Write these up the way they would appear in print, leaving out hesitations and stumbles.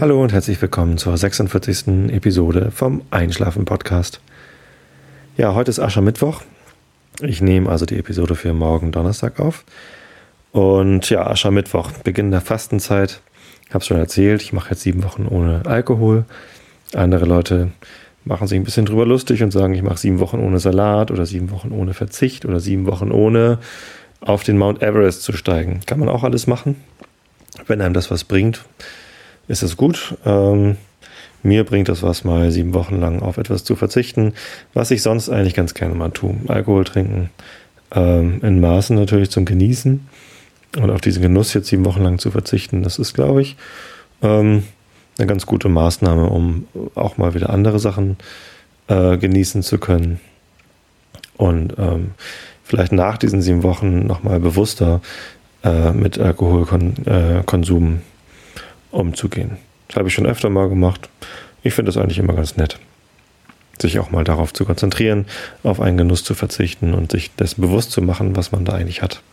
Hallo und herzlich willkommen zur 46. Episode vom Einschlafen-Podcast. Ja, heute ist Aschermittwoch. Ich nehme also die Episode für morgen Donnerstag auf. Und ja, Aschermittwoch, Beginn der Fastenzeit. Ich habe es schon erzählt, ich mache jetzt 7 Wochen ohne Alkohol. Andere Leute machen sich ein bisschen drüber lustig und sagen, ich mache 7 Wochen ohne Salat oder 7 Wochen ohne Verzicht oder 7 Wochen ohne auf den Mount Everest zu steigen. Kann man auch alles machen, wenn einem das was bringt. Ist es gut. Mir bringt das was, mal 7 Wochen lang auf etwas zu verzichten, was ich sonst eigentlich ganz gerne mal tue. Alkohol trinken, in Maßen natürlich zum Genießen. Und auf diesen Genuss jetzt 7 Wochen lang zu verzichten, das ist, glaube ich, eine ganz gute Maßnahme, um auch mal wieder andere Sachen genießen zu können. Und vielleicht nach diesen 7 Wochen nochmal bewusster mit Alkoholkonsum umzugehen. Das habe ich schon öfter mal gemacht. Ich finde das eigentlich immer ganz nett, sich auch mal darauf zu konzentrieren, auf einen Genuss zu verzichten und sich das bewusst zu machen, was man da eigentlich hat.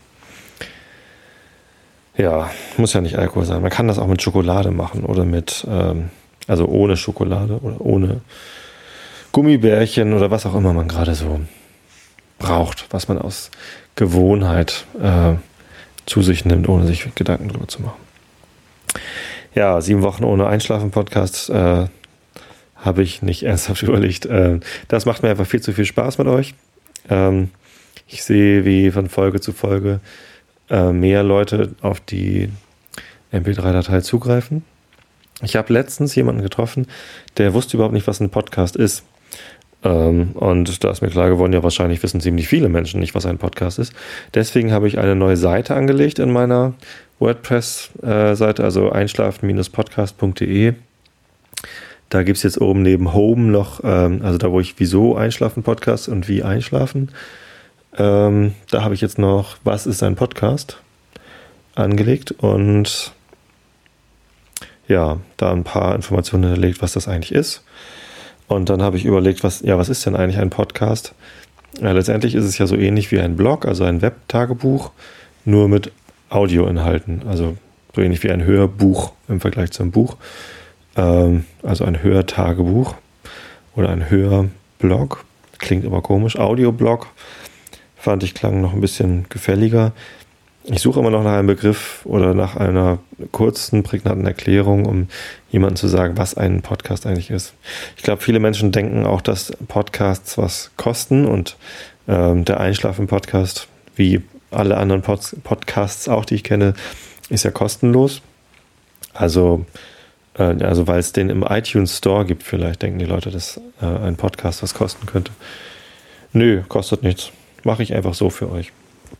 Ja, muss ja nicht Alkohol sein. Man kann das auch mit Schokolade machen oder mit, also ohne Schokolade oder ohne Gummibärchen oder was auch immer man gerade so braucht, was man aus Gewohnheit zu sich nimmt, ohne sich Gedanken drüber zu machen. Ja, 7 Wochen ohne Einschlafen-Podcast habe ich nicht ernsthaft überlegt. Das macht mir einfach viel zu viel Spaß mit euch. Ich sehe, wie von Folge zu Folge mehr Leute auf die MP3-Datei zugreifen. Ich habe letztens jemanden getroffen, der wusste überhaupt nicht, was ein Podcast ist. Und da ist mir klar geworden, ja, wahrscheinlich wissen ziemlich viele Menschen nicht, was ein Podcast ist. Deswegen habe ich eine neue Seite angelegt in meiner WordPress-Seite, also einschlafen-podcast.de. Da gibt es jetzt oben neben Home noch, also da, wo ich wieso Einschlafen Podcast und wie Einschlafen. Da habe ich jetzt noch, was ist ein Podcast, angelegt und ja, da ein paar Informationen hinterlegt, was das eigentlich ist. Und dann habe ich überlegt, was ist denn eigentlich ein Podcast? Ja, letztendlich ist es ja so ähnlich wie ein Blog, also ein Web-Tagebuch, nur mit Audioinhalten, also so ähnlich wie ein Hörbuch im Vergleich zum Buch, also ein Hörtagebuch oder ein Hörblog, klingt aber komisch, Audioblog fand ich klang noch ein bisschen gefälliger. Ich suche immer noch nach einem Begriff oder nach einer kurzen, prägnanten Erklärung, um jemandem zu sagen, was ein Podcast eigentlich ist. Ich glaube, viele Menschen denken auch, dass Podcasts was kosten und der Einschlafen-Podcast, wie alle anderen Podcasts auch, die ich kenne, ist ja kostenlos. Also weil es den im iTunes Store gibt, vielleicht denken die Leute, dass ein Podcast was kosten könnte. Nö, kostet nichts. Mache ich einfach so für euch.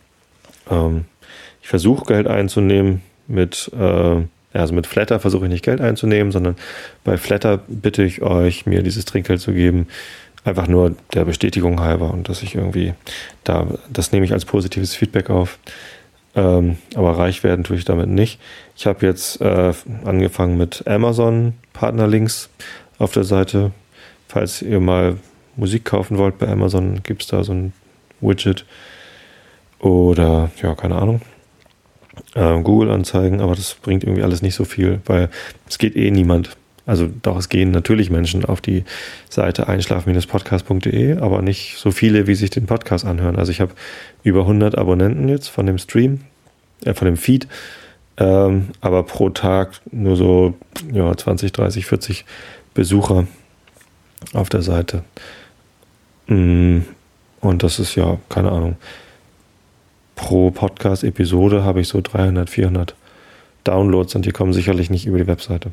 Ich versuche Geld einzunehmen also mit Flatter versuche ich nicht Geld einzunehmen, sondern bei Flatter bitte ich euch, mir dieses Trinkgeld zu geben, einfach nur der Bestätigung halber und dass ich irgendwie das nehme ich als positives Feedback auf. Aber reich werden tue ich damit nicht. Ich habe jetzt angefangen mit Amazon Partnerlinks auf der Seite. Falls ihr mal Musik kaufen wollt bei Amazon, gibt es da so ein Widget oder ja, keine Ahnung. Google-Anzeigen, aber das bringt irgendwie alles nicht so viel, weil es geht niemand. Also doch, es gehen natürlich Menschen auf die Seite einschlafen-podcast.de, aber nicht so viele, wie sich den Podcast anhören. Also ich habe über 100 Abonnenten jetzt von dem Stream, von dem Feed, aber pro Tag nur so 20, 30, 40 Besucher auf der Seite. Und das ist ja, keine Ahnung, pro Podcast-Episode habe ich so 300, 400 Downloads und die kommen sicherlich nicht über die Webseite.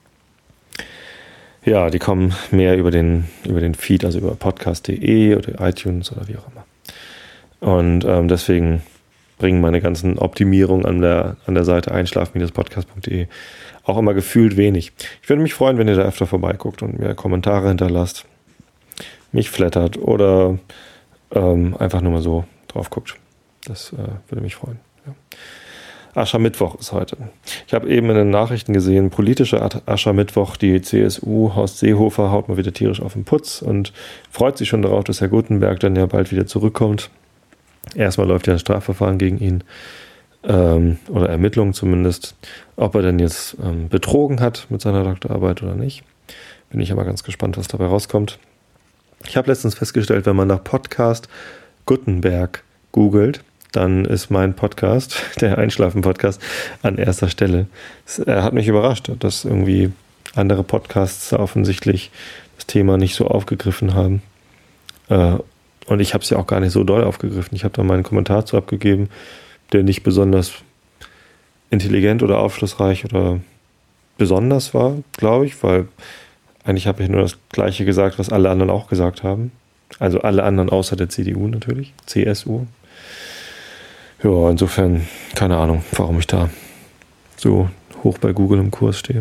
Ja, die kommen mehr über den Feed, also über podcast.de oder iTunes oder wie auch immer. Und deswegen bringen meine ganzen Optimierungen an der Seite einschlafen-podcast.de auch immer gefühlt wenig. Ich würde mich freuen, wenn ihr da öfter vorbeiguckt und mir Kommentare hinterlasst, mich flattert oder einfach nur mal so drauf guckt. Das würde mich freuen. Ja. Aschermittwoch ist heute. Ich habe eben in den Nachrichten gesehen, politischer Aschermittwoch, die CSU, Horst Seehofer haut mal wieder tierisch auf den Putz und freut sich schon darauf, dass Herr Guttenberg dann ja bald wieder zurückkommt. Erstmal läuft ja ein Strafverfahren gegen ihn. oder Ermittlungen zumindest, ob er denn jetzt betrogen hat mit seiner Doktorarbeit oder nicht. Bin ich aber ganz gespannt, was dabei rauskommt. Ich habe letztens festgestellt, wenn man nach Podcast Gutenberg googelt, dann ist mein Podcast, der Einschlafen-Podcast, an erster Stelle. Er hat mich überrascht, dass irgendwie andere Podcasts offensichtlich das Thema nicht so aufgegriffen haben. Und ich habe es ja auch gar nicht so doll aufgegriffen. Ich habe da meinen Kommentar zu abgegeben, der nicht besonders intelligent oder aufschlussreich oder besonders war, glaube ich, weil eigentlich habe ich nur das Gleiche gesagt, was alle anderen auch gesagt haben. Also alle anderen außer der CDU natürlich, CSU. Ja, insofern keine Ahnung, warum ich da so hoch bei Google im Kurs stehe.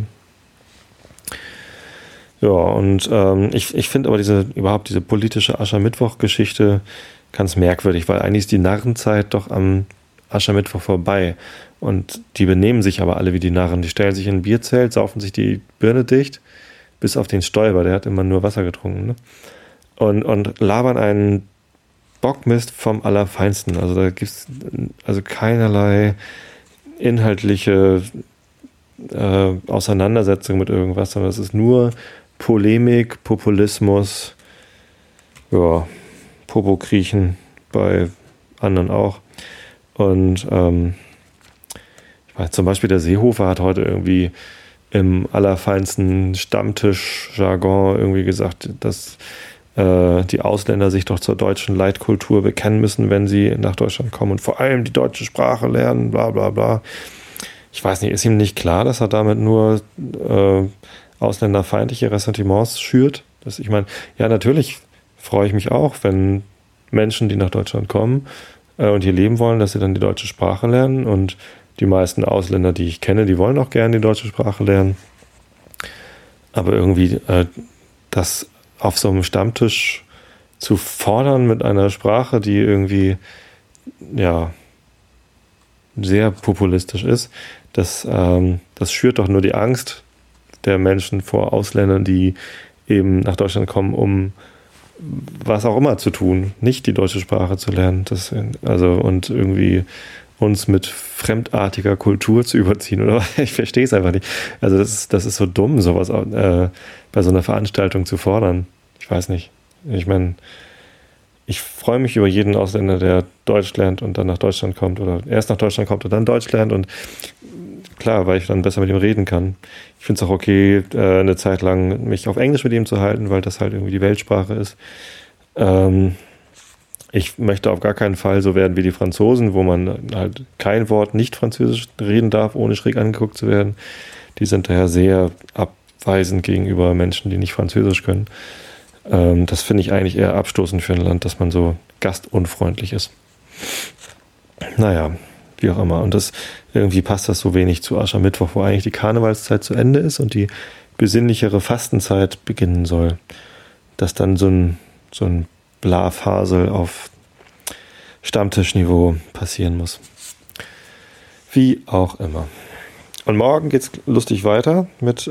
Ja, und ich finde aber diese politische Aschermittwoch-Geschichte ganz merkwürdig, weil eigentlich ist die Narrenzeit doch am Aschermittwoch vorbei. Und die benehmen sich aber alle wie die Narren. Die stellen sich in ein Bierzelt, saufen sich die Birne dicht, bis auf den Stoiber, der hat immer nur Wasser getrunken, ne? Und labern einen Bockmist vom Allerfeinsten. Also da gibt es also keinerlei inhaltliche Auseinandersetzung mit irgendwas, sondern es ist nur Polemik, Populismus, ja, Popokriechen bei anderen auch. Und ich weiß, zum Beispiel der Seehofer hat heute irgendwie im allerfeinsten Stammtisch-Jargon irgendwie gesagt, dass die Ausländer sich doch zur deutschen Leitkultur bekennen müssen, wenn sie nach Deutschland kommen und vor allem die deutsche Sprache lernen, bla bla bla. Ich weiß nicht, ist ihm nicht klar, dass er damit nur ausländerfeindliche Ressentiments schürt? Ich meine, ja, natürlich freue ich mich auch, wenn Menschen, die nach Deutschland kommen und hier leben wollen, dass sie dann die deutsche Sprache lernen. Und die meisten Ausländer, die ich kenne, die wollen auch gerne die deutsche Sprache lernen. Aber irgendwie das auf so einem Stammtisch zu fordern mit einer Sprache, die irgendwie ja sehr populistisch ist, das schürt doch nur die Angst der Menschen vor Ausländern, die eben nach Deutschland kommen, um was auch immer zu tun, nicht die deutsche Sprache zu lernen. Und irgendwie uns mit fremdartiger Kultur zu überziehen, oder was? Ich verstehe es einfach nicht. Also das ist so dumm, sowas bei so einer Veranstaltung zu fordern. Ich weiß nicht. Ich meine, ich freue mich über jeden Ausländer, der Deutsch lernt und dann nach Deutschland kommt oder erst nach Deutschland kommt und dann Deutsch lernt, und klar, weil ich dann besser mit ihm reden kann. Ich finde es auch okay, eine Zeit lang mich auf Englisch mit ihm zu halten, weil das halt irgendwie die Weltsprache ist. Ich möchte auf gar keinen Fall so werden wie die Franzosen, wo man halt kein Wort nicht Französisch reden darf, ohne schräg angeguckt zu werden. Die sind daher sehr abweisend gegenüber Menschen, die nicht Französisch können. Das finde ich eigentlich eher abstoßend für ein Land, dass man so gastunfreundlich ist. Naja, wie auch immer. Und irgendwie passt das so wenig zu Aschermittwoch, wo eigentlich die Karnevalszeit zu Ende ist und die besinnlichere Fastenzeit beginnen soll. Dass dann so ein Blafasel auf Stammtischniveau passieren muss. Wie auch immer. Und morgen geht's lustig weiter mit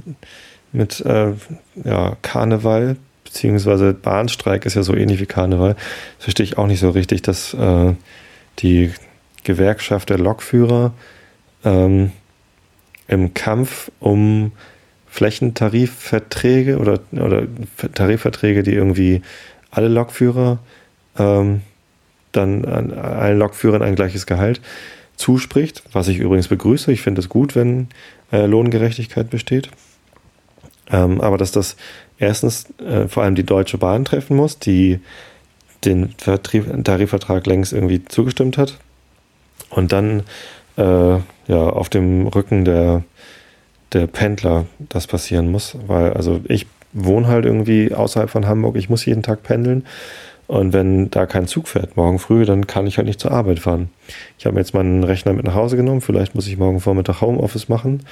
Karneval, beziehungsweise Bahnstreik ist ja so ähnlich wie Karneval. Das verstehe ich auch nicht so richtig, dass die Gewerkschaft der Lokführer im Kampf um Flächentarifverträge oder Tarifverträge, die irgendwie alle Lokführer dann an allen Lokführern ein gleiches Gehalt zuspricht, was ich übrigens begrüße. Ich finde es gut, wenn Lohngerechtigkeit besteht. Aber dass das erstens vor allem die Deutsche Bahn treffen muss, die den Tarifvertrag längst irgendwie zugestimmt hat, und dann auf dem Rücken der Pendler das passieren muss, weil also ich wohne halt irgendwie außerhalb von Hamburg, ich muss jeden Tag pendeln, und wenn da kein Zug fährt morgen früh, dann kann ich halt nicht zur Arbeit fahren. Ich habe mir jetzt meinen Rechner mit nach Hause genommen, vielleicht muss ich morgen Vormittag Homeoffice machen,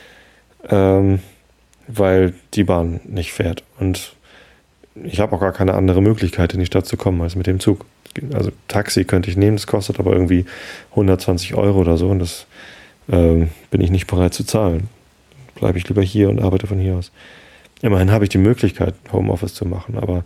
weil die Bahn nicht fährt, und ich habe auch gar keine andere Möglichkeit, in die Stadt zu kommen, als mit dem Zug. Also Taxi könnte ich nehmen, das kostet aber irgendwie 120 € oder so, und das bin ich nicht bereit zu zahlen. Bleibe ich lieber hier und arbeite von hier aus. Immerhin habe ich die Möglichkeit, Homeoffice zu machen, aber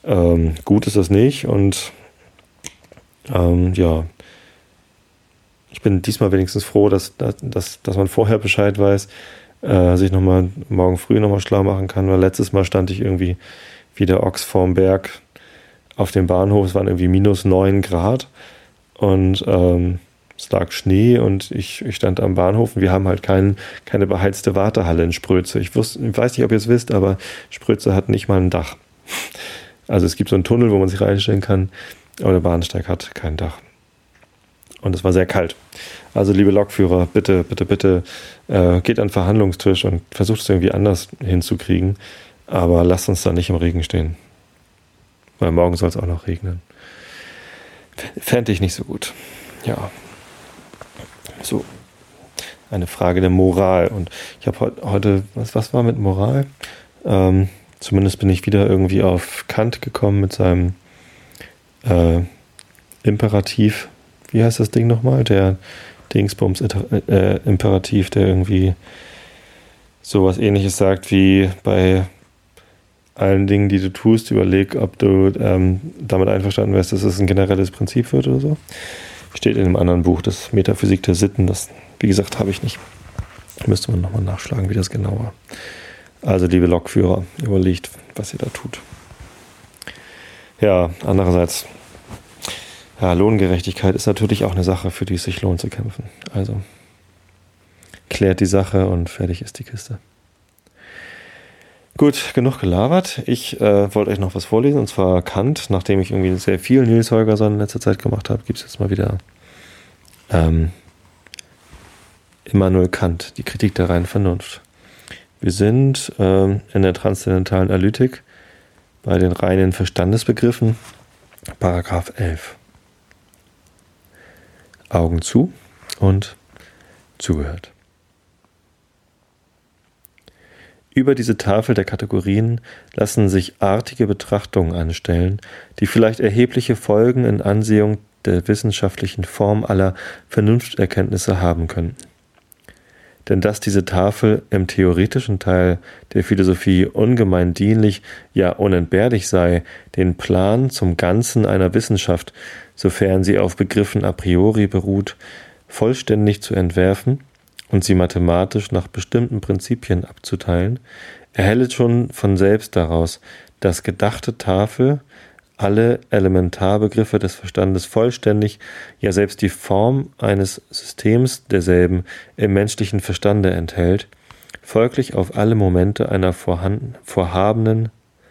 gut ist das nicht, und ich Ich bin diesmal wenigstens froh, dass man vorher Bescheid weiß, sich nochmal morgen früh nochmal schlau machen kann, weil letztes Mal stand ich irgendwie wie der Ochs vorm Berg auf dem Bahnhof. Es waren irgendwie -9 Grad und es lag Schnee und ich stand am Bahnhof und wir haben halt keine beheizte Wartehalle in Sprötze. Ich weiß nicht, ob ihr es wisst, aber Sprötze hat nicht mal ein Dach. Also es gibt so einen Tunnel, wo man sich reinstellen kann, aber der Bahnsteig hat kein Dach. Und es war sehr kalt. Also liebe Lokführer, bitte geht an den Verhandlungstisch und versucht es irgendwie anders hinzukriegen, aber lasst uns da nicht im Regen stehen. Weil morgen soll es auch noch regnen. Fände ich nicht so gut. Ja. So, eine Frage der Moral. Und ich habe heute, was war mit Moral? Zumindest bin ich wieder irgendwie auf Kant gekommen mit seinem Imperativ. Wie heißt das Ding nochmal? Der Dingsbums Imperativ, der irgendwie sowas Ähnliches sagt wie bei allen Dingen, die du tust, überleg, ob du damit einverstanden wärst, dass es ein generelles Prinzip wird oder so. Steht in einem anderen Buch, das Metaphysik der Sitten. Das, wie gesagt, habe ich nicht. Müsste man nochmal nachschlagen, wie das genau war. Also, liebe Lokführer, überlegt, was ihr da tut. Ja, andererseits, ja, Lohngerechtigkeit ist natürlich auch eine Sache, für die es sich lohnt zu kämpfen. Also, klärt die Sache und fertig ist die Kiste. Gut, genug gelabert. Ich wollte euch noch was vorlesen, und zwar Kant. Nachdem ich irgendwie sehr viel Nils Holgersson in letzter Zeit gemacht habe, gibt es jetzt mal wieder Immanuel Kant, die Kritik der reinen Vernunft. Wir sind in der transzendentalen Analytik bei den reinen Verstandesbegriffen, Paragraph 11. Augen zu und zugehört. Über diese Tafel der Kategorien lassen sich artige Betrachtungen anstellen, die vielleicht erhebliche Folgen in Ansehung der wissenschaftlichen Form aller Vernunfterkenntnisse haben könnten. Denn dass diese Tafel im theoretischen Teil der Philosophie ungemein dienlich, ja unentbehrlich sei, den Plan zum Ganzen einer Wissenschaft, sofern sie auf Begriffen a priori beruht, vollständig zu entwerfen und sie mathematisch nach bestimmten Prinzipien abzuteilen, erhellet schon von selbst daraus, dass gedachte Tafel alle Elementarbegriffe des Verstandes vollständig, ja selbst die Form eines Systems derselben im menschlichen Verstande enthält, folglich auf alle Momente einer vorhabenden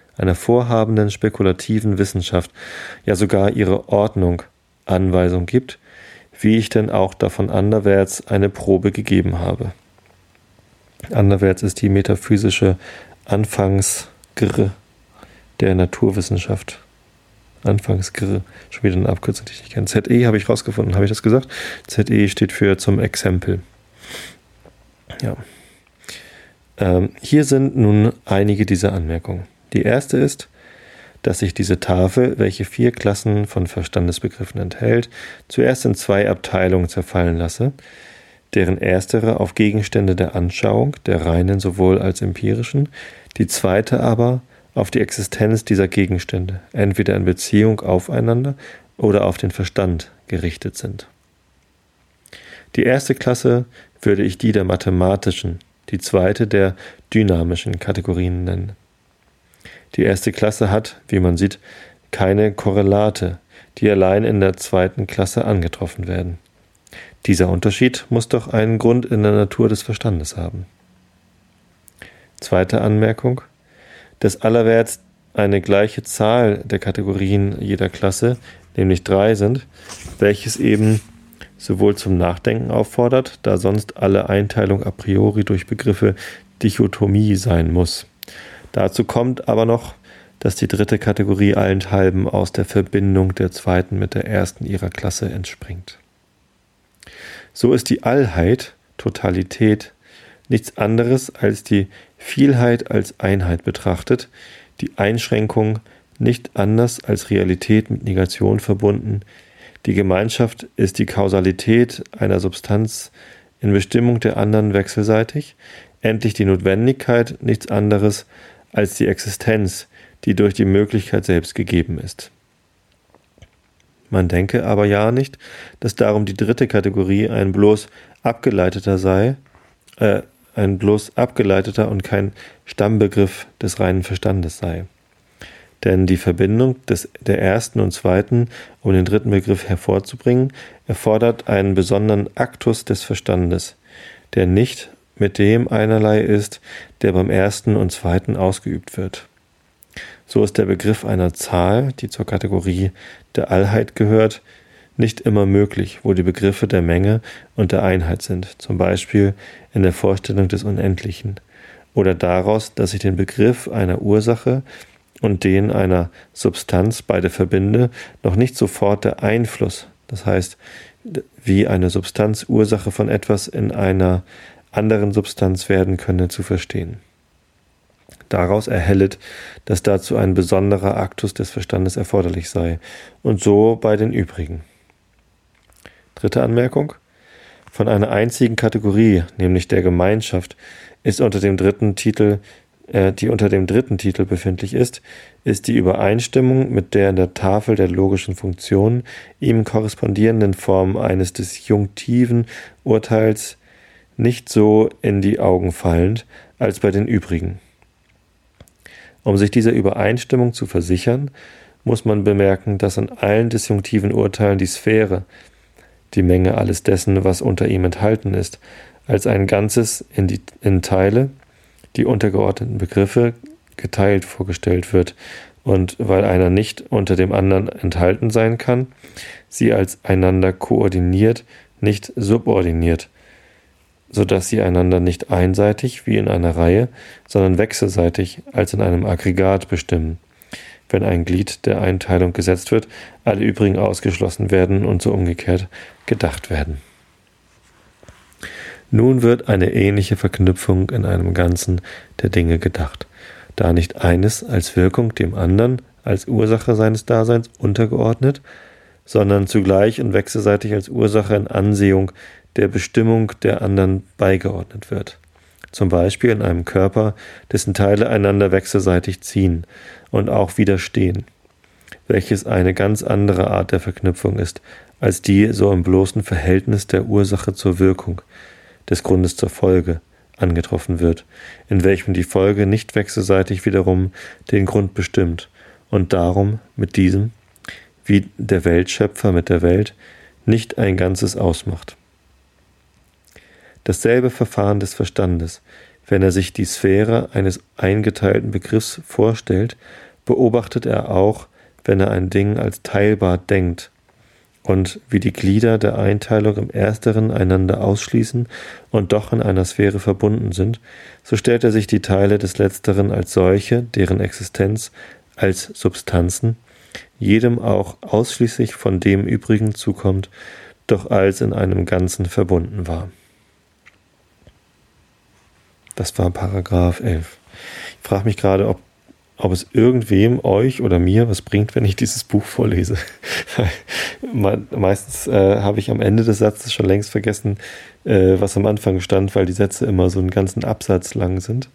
spekulativen Wissenschaft, ja sogar ihre Ordnung, Anweisung gibt, wie ich denn auch davon anderwärts eine Probe gegeben habe. Anderwärts ist die metaphysische Anfangsgr der Naturwissenschaft. Anfangsgr, schon wieder eine Abkürzung, die ich nicht kenne. ZE habe ich rausgefunden, habe ich das gesagt? ZE steht für zum Exempel. Ja. Hier sind nun einige dieser Anmerkungen. Die erste ist, dass sich diese Tafel, welche 4 Klassen von Verstandesbegriffen enthält, zuerst in 2 Abteilungen zerfallen lasse, deren erstere auf Gegenstände der Anschauung, der reinen sowohl als empirischen, die zweite aber auf die Existenz dieser Gegenstände, entweder in Beziehung aufeinander oder auf den Verstand gerichtet sind. Die erste Klasse würde ich die der mathematischen, die zweite der dynamischen Kategorien nennen. Die erste Klasse hat, wie man sieht, keine Korrelate, die allein in der zweiten Klasse angetroffen werden. Dieser Unterschied muss doch einen Grund in der Natur des Verstandes haben. Zweite Anmerkung: Dass allerwärts eine gleiche Zahl der Kategorien jeder Klasse, nämlich 3 sind, welches eben sowohl zum Nachdenken auffordert, da sonst alle Einteilung a priori durch Begriffe Dichotomie sein muss. Dazu kommt aber noch, dass die dritte Kategorie allenthalben aus der Verbindung der zweiten mit der ersten ihrer Klasse entspringt. So ist die Allheit, Totalität, nichts anderes als die Vielheit als Einheit betrachtet, die Einschränkung nicht anders als Realität mit Negation verbunden, die Gemeinschaft ist die Kausalität einer Substanz in Bestimmung der anderen wechselseitig, endlich die Notwendigkeit nichts anderes als die Existenz, die durch die Möglichkeit selbst gegeben ist. Man denke aber ja nicht, dass darum die dritte Kategorie ein bloß abgeleiteter und kein Stammbegriff des reinen Verstandes sei. Denn die Verbindung der ersten und zweiten, um den dritten Begriff hervorzubringen, erfordert einen besonderen Aktus des Verstandes, der nicht mit dem einerlei ist, der beim ersten und zweiten ausgeübt wird. So ist der Begriff einer Zahl, die zur Kategorie der Allheit gehört, nicht immer möglich, wo die Begriffe der Menge und der Einheit sind, zum Beispiel in der Vorstellung des Unendlichen, oder daraus, dass ich den Begriff einer Ursache und den einer Substanz beide verbinde, noch nicht sofort der Einfluss, das heißt, wie eine Substanz Ursache von etwas in einer anderen Substanz werden könne, zu verstehen. Daraus erhellet, dass dazu ein besonderer Aktus des Verstandes erforderlich sei, und so bei den übrigen. Dritte Anmerkung. Von einer einzigen Kategorie, nämlich der Gemeinschaft, ist unter dem dritten Titel, die unter dem dritten Titel befindlich ist die Übereinstimmung mit der in der Tafel der logischen Funktionen ihm korrespondierenden Form eines disjunktiven Urteils nicht so in die Augen fallend als bei den übrigen. Um sich dieser Übereinstimmung zu versichern, muss man bemerken, dass in allen disjunktiven Urteilen die Sphäre, die Menge alles dessen, was unter ihm enthalten ist, als ein Ganzes in Teile, die untergeordneten Begriffe, geteilt vorgestellt wird, und weil einer nicht unter dem anderen enthalten sein kann, sie als einander koordiniert, nicht subordiniert, sodass sie einander nicht einseitig wie in einer Reihe, sondern wechselseitig als in einem Aggregat bestimmen. Wenn ein Glied der Einteilung gesetzt wird, alle übrigen ausgeschlossen werden und so umgekehrt gedacht werden. Nun wird eine ähnliche Verknüpfung in einem Ganzen der Dinge gedacht, da nicht eines als Wirkung dem anderen als Ursache seines Daseins untergeordnet, sondern zugleich und wechselseitig als Ursache in Ansehung der Bestimmung der anderen beigeordnet wird. Zum Beispiel in einem Körper, dessen Teile einander wechselseitig ziehen und auch widerstehen, welches eine ganz andere Art der Verknüpfung ist, als die so im bloßen Verhältnis der Ursache zur Wirkung, des Grundes zur Folge, angetroffen wird, in welchem die Folge nicht wechselseitig wiederum den Grund bestimmt und darum mit diesem, wie der Weltschöpfer mit der Welt, nicht ein Ganzes ausmacht. Dasselbe Verfahren des Verstandes, wenn er sich die Sphäre eines eingeteilten Begriffs vorstellt, beobachtet er auch, wenn er ein Ding als teilbar denkt, und wie die Glieder der Einteilung im Ersteren einander ausschließen und doch in einer Sphäre verbunden sind, so stellt er sich die Teile des Letzteren als solche, deren Existenz als Substanzen, jedem auch ausschließlich von dem Übrigen zukommt, doch als in einem Ganzen verbunden war. Das war Paragraph 11. Ich frage mich gerade, ob es irgendwem, euch oder mir, was bringt, wenn ich dieses Buch vorlese. Meistens habe ich am Ende des Satzes schon längst vergessen, was am Anfang stand, weil die Sätze immer so einen ganzen Absatz lang sind.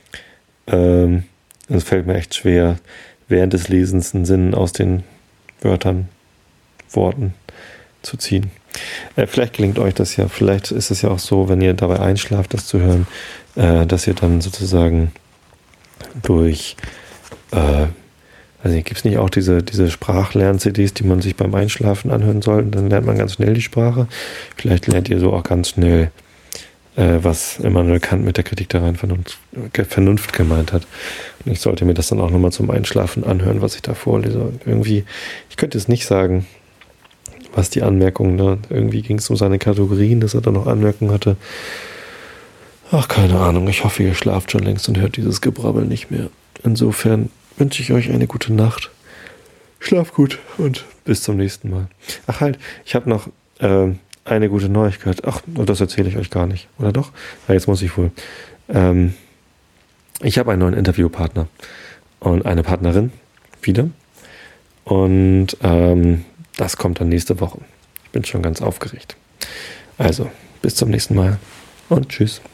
Es fällt mir echt schwer, während des Lesens einen Sinn aus den Wörtern, Worten zu ziehen. Vielleicht gelingt euch das ja. Vielleicht ist es ja auch so, wenn ihr dabei einschlaft, das zu hören, dass ihr dann sozusagen durch gibt es nicht auch diese Sprachlern-CDs, die man sich beim Einschlafen anhören soll? Dann lernt man ganz schnell die Sprache. Vielleicht lernt ihr so auch ganz schnell, was Immanuel Kant mit der Kritik der reinen Vernunft gemeint hat. Und ich sollte mir das dann auch nochmal zum Einschlafen anhören, was ich da vorlese. Und irgendwie, ich könnte es nicht sagen, was die Anmerkungen da, irgendwie ging es um seine Kategorien, dass er da noch Anmerkungen hatte. Ach, keine Ahnung, ich hoffe, ihr schlaft schon längst und hört dieses Gebrabbel nicht mehr. Insofern wünsche ich euch eine gute Nacht. Schlaf gut und bis zum nächsten Mal. Ach halt, ich habe noch eine gute Neuigkeit. Ach, das erzähle ich euch gar nicht. Oder doch? Ja, jetzt muss ich wohl. Ich habe einen neuen Interviewpartner und eine Partnerin wieder. Und das kommt dann nächste Woche. Ich bin schon ganz aufgeregt. Also, bis zum nächsten Mal und tschüss.